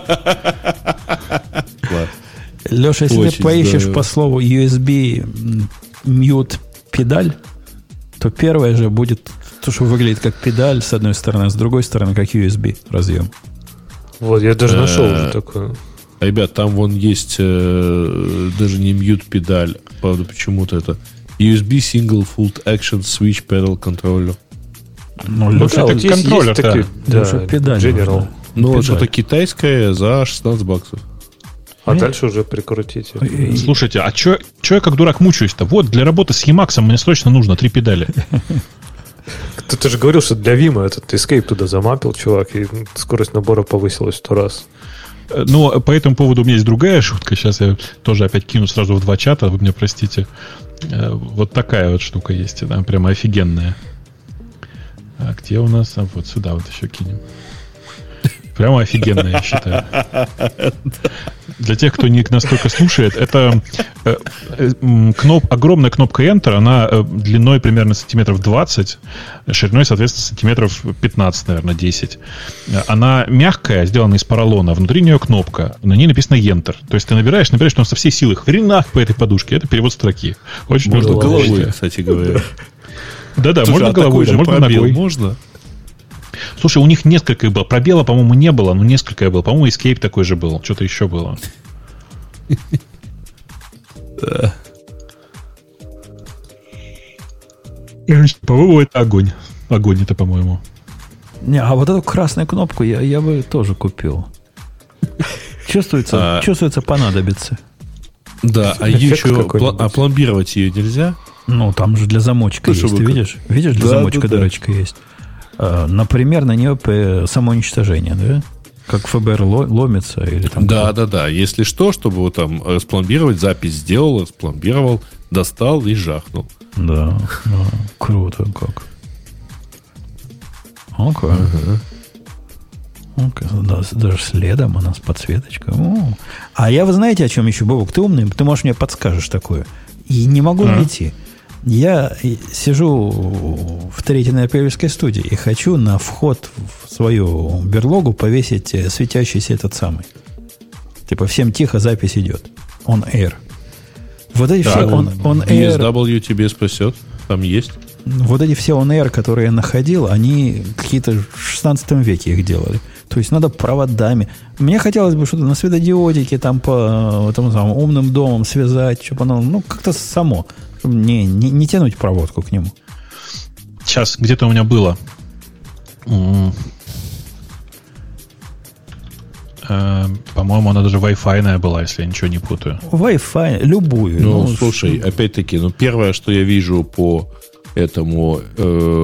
Леша, если ты поищешь по слову USB mute педаль, то первое же будет то, что выглядит как педаль с одной стороны, а с другой стороны как USB разъем. Вот, я даже нашел уже такое. Ребят, там вон есть даже не mute педаль, правда, почему-то это USB Single Full Action Switch Pedal Controller. Ну, Леша, это контроллер, да, педаль. General. Ну, что-то китайское за $16. А дальше уже прикрутить. Слушайте, а что я как дурак мучаюсь-то? Вот, для работы с Emacs мне срочно нужно 3 педали. Ты же говорил, что для Vima этот Escape туда замапил, чувак, и скорость набора повысилась в 100 раз. Но по этому поводу у меня есть другая шутка. Сейчас я тоже опять кину сразу в 2 чата, вы меня простите. Вот такая вот штука есть, да, прямо офигенная. А где у нас? А вот сюда вот еще кинем. Прямо офигенная, я считаю. Для тех, кто не настолько слушает, это огромная кнопка Enter, она длиной примерно сантиметров 20, шириной, соответственно, сантиметров 15, наверное, 10. Она мягкая, сделана из поролона, внутри нее кнопка, на ней написано Enter. То есть ты набираешь, но со всей силы хренах по этой подушке. Это перевод строки. Очень можно головой, кстати говоря. Да-да, можно головой, да, можно ногой. Можно? Слушай, у них несколько их было. Пробела, по-моему, не было, но несколько их было. По-моему, Escape такой же был. Что-то еще было. По-моему, это огонь. Огонь это, по-моему. Не, а вот эту красную кнопку я бы тоже купил. Чувствуется, понадобится. Да, а еще пломбировать ее нельзя? Ну, там же для замочка есть, ты видишь? Видишь, для замочка дырочка есть. Например, на нее самоуничтожение, да? Как ФБР ломится или там... Да. Если что, чтобы вот там распломбировать, запись сделал, распломбировал, достал и жахнул. Да. Круто как. Окей. Да, даже следом она с подсветочкой. А вы знаете, о чем еще, Бобок? Ты умный, ты, может, мне подскажешь такое. И не могу найти. Я сижу в третьей на Апрельской студии и хочу на вход в свою берлогу повесить светящийся этот самый. Типа всем тихо, запись идет. On air. Вот эти все on air... BSW тебе спасет. Там есть. Вот эти все on air, которые я находил, они какие-то в 16 веке их делали. То есть надо проводами. Мне хотелось бы что-то на светодиодике там по этому самому умным домам связать, чтобы оно, как-то само. Чтобы не тянуть проводку к нему. Сейчас, где-то у меня было. По-моему, она даже Wi-Fi была, если я ничего не путаю. Wi-Fi, любую. Слушай, опять-таки, первое, что я вижу по этому, это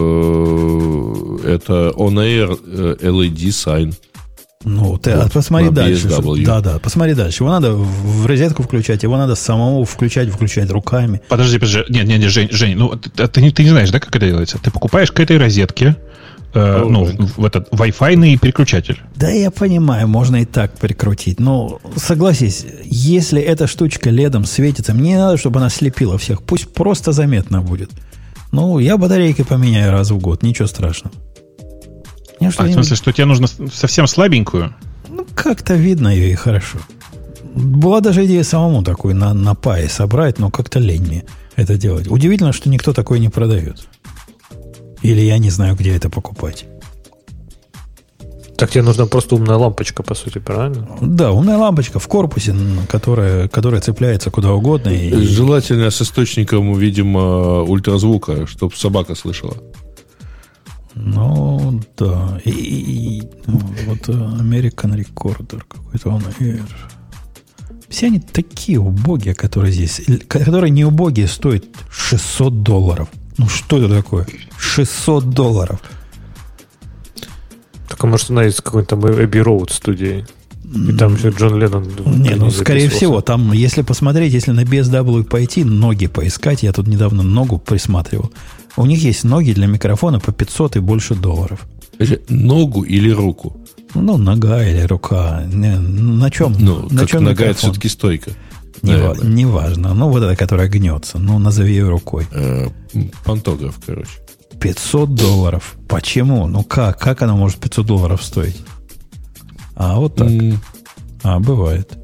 on-air LED sign. Ты посмотри дальше. Да, посмотри дальше. Его надо в розетку включать, его надо самому включать руками. Подожди. Нет, Жень, ты не знаешь, да, как это делается? Ты покупаешь к этой розетке в этот Wi-Fi переключатель. Да, я понимаю, можно и так прикрутить. Но согласись, если эта штучка ледом светится, мне не надо, чтобы она слепила всех. Пусть просто заметно будет. Я батарейки поменяю раз в год, ничего страшного. В смысле, что тебе нужно совсем слабенькую? Как-то видно ее и хорошо. Была даже идея самому такую на пае собрать, но как-то лень мне это делать. Удивительно, что никто такой не продает. Или я не знаю, где это покупать. Так тебе нужна просто умная лампочка, по сути, правильно? Да, умная лампочка в корпусе, которая цепляется куда угодно. Желательно с источником, видимо, ультразвука, чтобы собака слышала. Да. Вот American Recorder какой-то он. Все они такие убогие, которые здесь. Которые не убогие, стоят $600. Что это такое? $600. Так, а может, она из какой-то там Abbey Road студии? И там еще Джон Леннон... скорее всего, там, если посмотреть, если на BSW пойти, ноги поискать, я тут недавно ногу присматривал. У них есть ноги для микрофона по $500 и больше $. Ногу или руку? Нога или рука. На чем? На чем нога, это все-таки стойка. Неважно. Вот эта, которая гнется. Назови ее рукой. Пантограф, короче. $500. Почему? Как она может $500 стоить? Вот так. Бывает.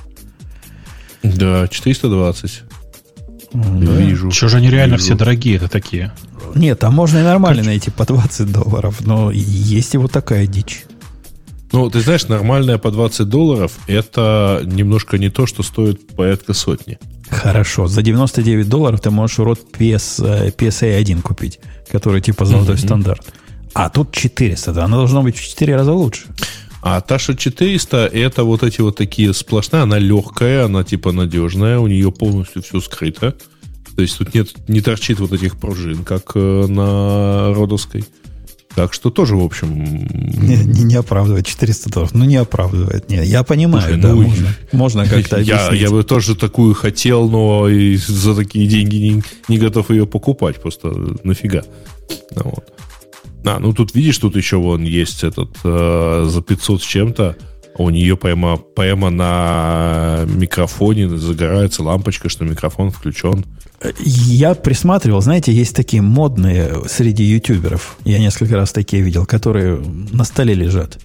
Да, 420. Вижу. Чего же они реально все дорогие-то такие? Нет, там можно и нормально найти по $20, но есть и вот такая дичь. Ты знаешь, нормальная по $20 это немножко не то, что стоит порядка сотни. Хорошо, за $99 ты можешь урод PSA 1 купить, который типа золотой стандарт. А тут 400, да, она должна быть в 4 раза лучше. А та, что 400, это вот эти вот такие сплошные, она легкая, она типа надежная, у нее полностью все скрыто. То есть тут не торчит вот этих пружин, как на родовской. Так что тоже, в общем... Не оправдывает $400. Ну, не оправдывает. Не, я понимаю, слушай, да, можно как-то объяснить. Я бы тоже такую хотел, но и за такие деньги не готов ее покупать. Просто нафига. Вот. Ну тут, видишь, тут еще вон есть этот за 500 с чем-то. У нее прямо на микрофоне загорается лампочка, что микрофон включен. Я присматривал, знаете, есть такие модные среди ютуберов, я несколько раз такие видел, которые на столе лежат.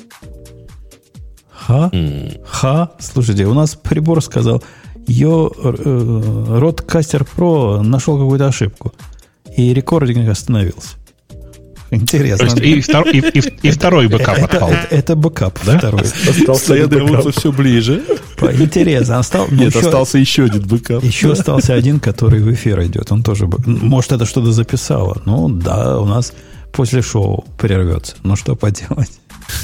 Слушайте, у нас прибор сказал, Rodecaster Pro нашел какую-то ошибку, и рекординг остановился. Интересно. То есть и второй бэкап отпал. Это бэкап, да? Второй. Стоят все ближе. Интересно. Остался еще один бэкап. Еще остался один, который в эфир идет. Он тоже... Может, это что-то записало. Ну, да, у нас после шоу прервется. Ну, что поделать?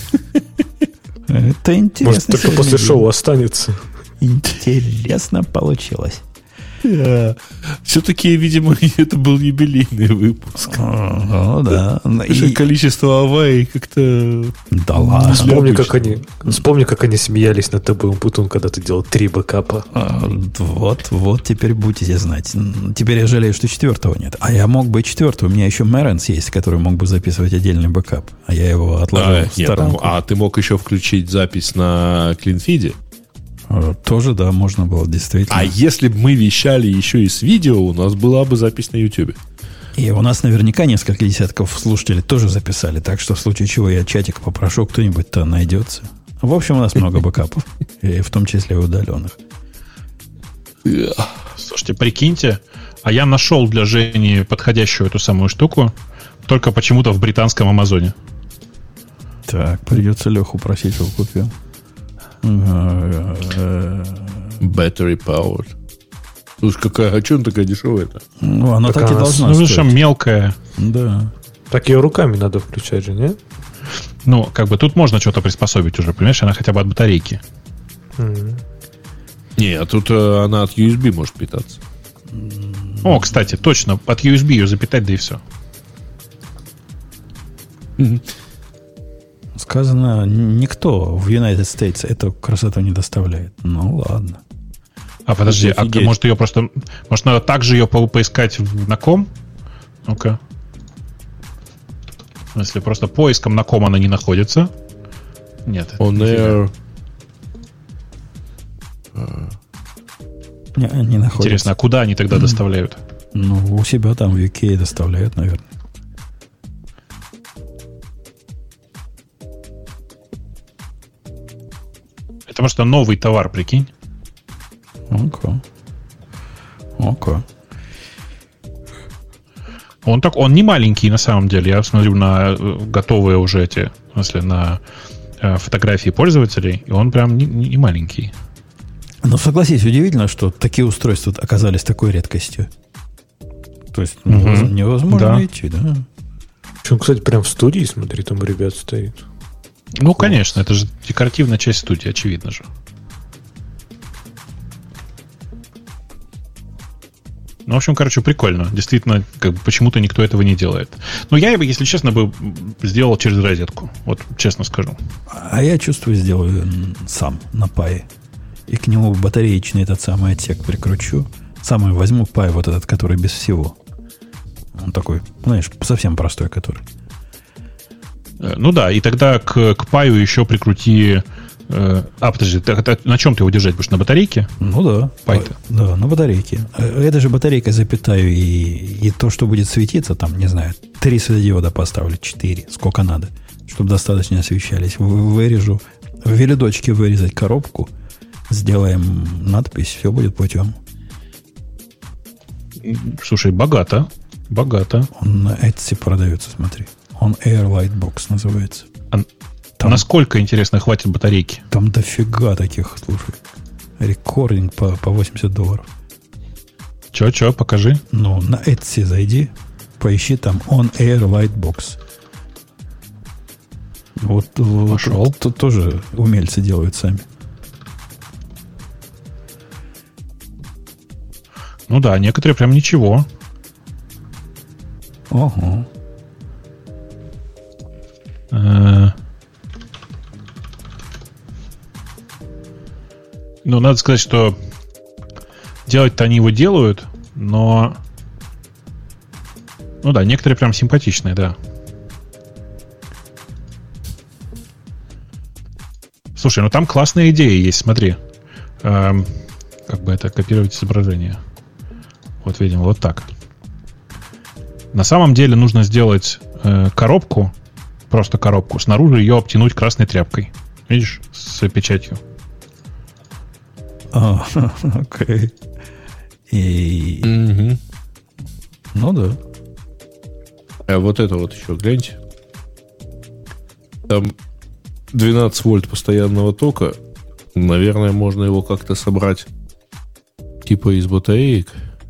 Это интересно. Может, только после шоу останется. Интересно получилось. Все-таки, видимо, это был юбилейный выпуск. Да. Количество аварий как-то... Да ладно. Вспомни, как они смеялись над тобой, Умпутун, когда ты делал 3 бэкапа. Вот теперь будете знать. Теперь я жалею, что 4-го нет. А я мог бы 4-го. У меня еще Merens есть, который мог бы записывать отдельный бэкап. А я его отложил в сторонку. А ты мог еще включить запись на клинфиде? Тоже, да, можно было, действительно. А если бы мы вещали еще и с видео, у нас была бы запись на YouTube. И у нас наверняка несколько десятков слушателей тоже записали. Так что в случае чего я чатик попрошу, кто-нибудь-то найдется. В общем, у нас много бэкапов. И в том числе и удаленных. Слушайте, прикиньте, а я нашел для Жени подходящую эту самую штуку, только почему-то в британском Амазоне. Так, придется Леху просить, чтобы купил. Battery powered. Слушай, а что она такая дешевая-то? Ну, она так и должна стоить. Ну, мелкая. Да. Так ее руками надо включать же, не? Ну, как бы тут можно что-то приспособить уже, понимаешь? Она хотя бы от батарейки. Не, а тут она от USB может питаться. О, кстати, точно, от USB ее запитать, да и все. Сказано, никто в United States эту красоту не доставляет. Ну, ладно. А подожди, может ее просто... Может, надо также ее поискать на ком? Ну-ка. Если просто поиском на ком она не находится. Нет. On air. Не находится. Интересно, а куда они тогда доставляют? Ну, у себя там в UK доставляют, наверное. Потому что новый товар, прикинь. Окей. Он не маленький на самом деле. Я смотрю на готовые уже эти, в смысле, на фотографии пользователей, и он прям не маленький. Но согласись, удивительно, что такие устройства оказались такой редкостью. То есть невозможно найти, да? Причем, кстати, прям в студии, смотри, там у ребят стоит. Ну, конечно, это же декоративная часть студии, очевидно же. Ну, в общем, короче, прикольно. Действительно, как бы почему-то никто этого не делает. Но я, если честно, бы сделал через розетку. Вот, честно скажу. А я чувствую, сделаю сам на пае. И к нему батареечный этот самый отсек прикручу. Самый возьму пай вот этот, который без всего. Он такой, знаешь, совсем простой, который. Ну да, и тогда к паю еще прикрути... подожди, на чем ты его держать будешь? На батарейке? Ну да. Пай-то? Да, на батарейке. Это же батарейка запитаю, и то, что будет светиться, там, не знаю, 3 светодиода поставлю, 4, сколько надо, чтобы достаточно освещались. Вырежу, в велидочке вырезать коробку, сделаем надпись, все будет путем. Слушай, богато. Он на Etsy продается, смотри. Он Air Light Box называется. Там, насколько, интересно, хватит батарейки? Там дофига таких, слушай. Рекординг по $80. Че, покажи. Ну, на Etsy зайди, поищи там On Air Light Box. Вот тут тоже умельцы делают сами. Ну да, некоторые прям ничего. Ого. Ну, надо сказать, что делать-то они его делают, но... Ну да, некоторые прям симпатичные, да. Слушай, ну там классные идеи есть, смотри. Как бы это копировать изображение. Вот видим, вот так. На самом деле нужно сделать коробку, просто коробку, снаружи ее обтянуть красной тряпкой. Видишь, с печатью. Окей. И... Ну да. А вот это вот еще, гляньте. Там 12 вольт постоянного тока. Наверное, можно его как-то собрать типа из батареек.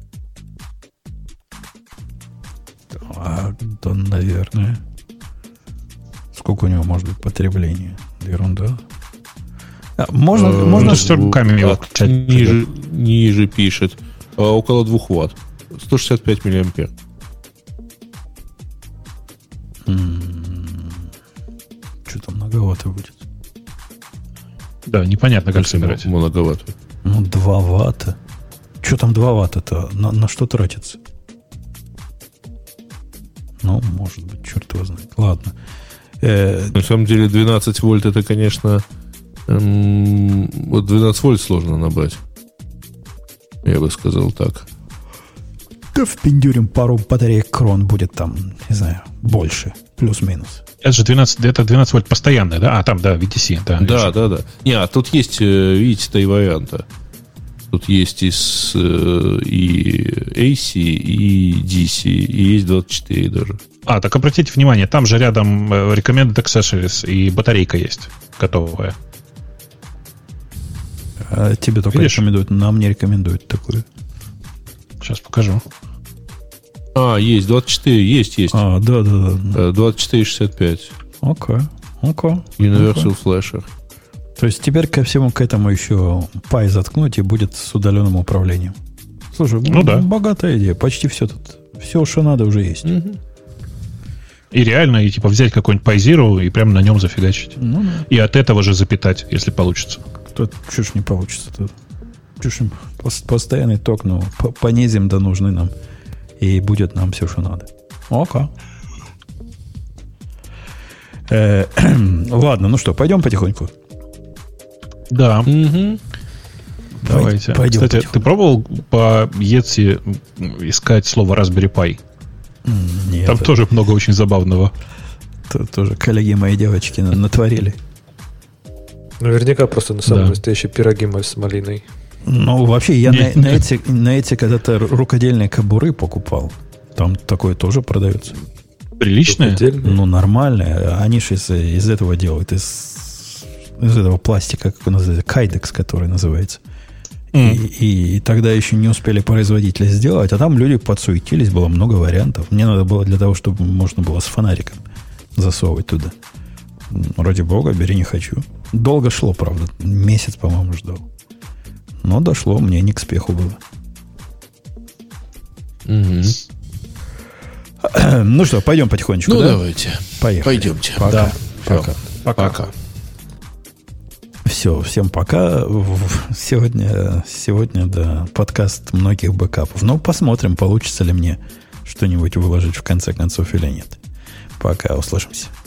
Да, наверное. Сколько у него может быть потребление? Ерунда. Можно с руками его включать. Ниже пишет. Около 2 ватт. 165 миллиампер. Что-то многовато будет. Да, непонятно, как собирать. Многовато. Ну, 2 ватта. Что там 2 ватта-то? На что тратится? Ну, может быть, черт его знает. Ладно. На самом деле 12 вольт это, конечно... Вот 12 вольт сложно набрать. Я бы сказал так. Да впендюрим пару батареек крон, будет там, не знаю, больше. Плюс-минус. Это же 12 вольт постоянная, да? А, там, да, VTC. Да. Не, а тут есть, видите, 3 варианта. Тут есть и AC, и DC, и есть 24 даже. А, так обратите внимание, там же рядом Recommended Accessories и батарейка есть, готовая. А тебе только рекомендуют, нам не рекомендуют такую. Сейчас покажу. Есть 24, есть. Да. 24,65. Окей. Universal Flasher. То есть теперь ко всему к этому еще пай заткнуть и будет с удаленным управлением. Слушай, да. Богатая идея. Почти все тут. Все, что надо, уже есть. И реально, и типа взять какой-нибудь Pi Zero и прямо на нем зафигачить. Ну, да. И от этого же запитать, если получится. Чушь не получится тут. Постоянный ток, но понизим до нужный нам. И будет нам все, что надо. Окей. Ладно, ну что, пойдем потихоньку. Да. Давайте. Пойдем. Кстати, ты пробовал по Etsy искать слово Raspberry Pi? Нет. Там тоже много очень забавного. Тоже коллеги мои девочки натворили. Наверняка просто на самом настоящие пироги с малиной. Ну, вообще, я на эти когда-то рукодельные кобуры покупал. Там такое тоже продается. Приличное? Ну, нормальное. Они же из этого делают, из этого пластика, как он называется, кайдекс, который называется. И тогда еще не успели производители сделать, а там люди подсуетились, было много вариантов. Мне надо было для того, чтобы можно было с фонариком засовывать туда. Ради бога, бери, не хочу. Долго шло, правда. Месяц, по-моему, ждал. Но дошло, мне не к спеху было. Ну что, пойдем потихонечку, да? Давайте. Поехали. Пойдемте. Пока. Да. Пока. Все, всем пока. Сегодня, да, подкаст многих бэкапов. Но посмотрим, получится ли мне что-нибудь выложить в конце концов или нет. Пока, услышимся.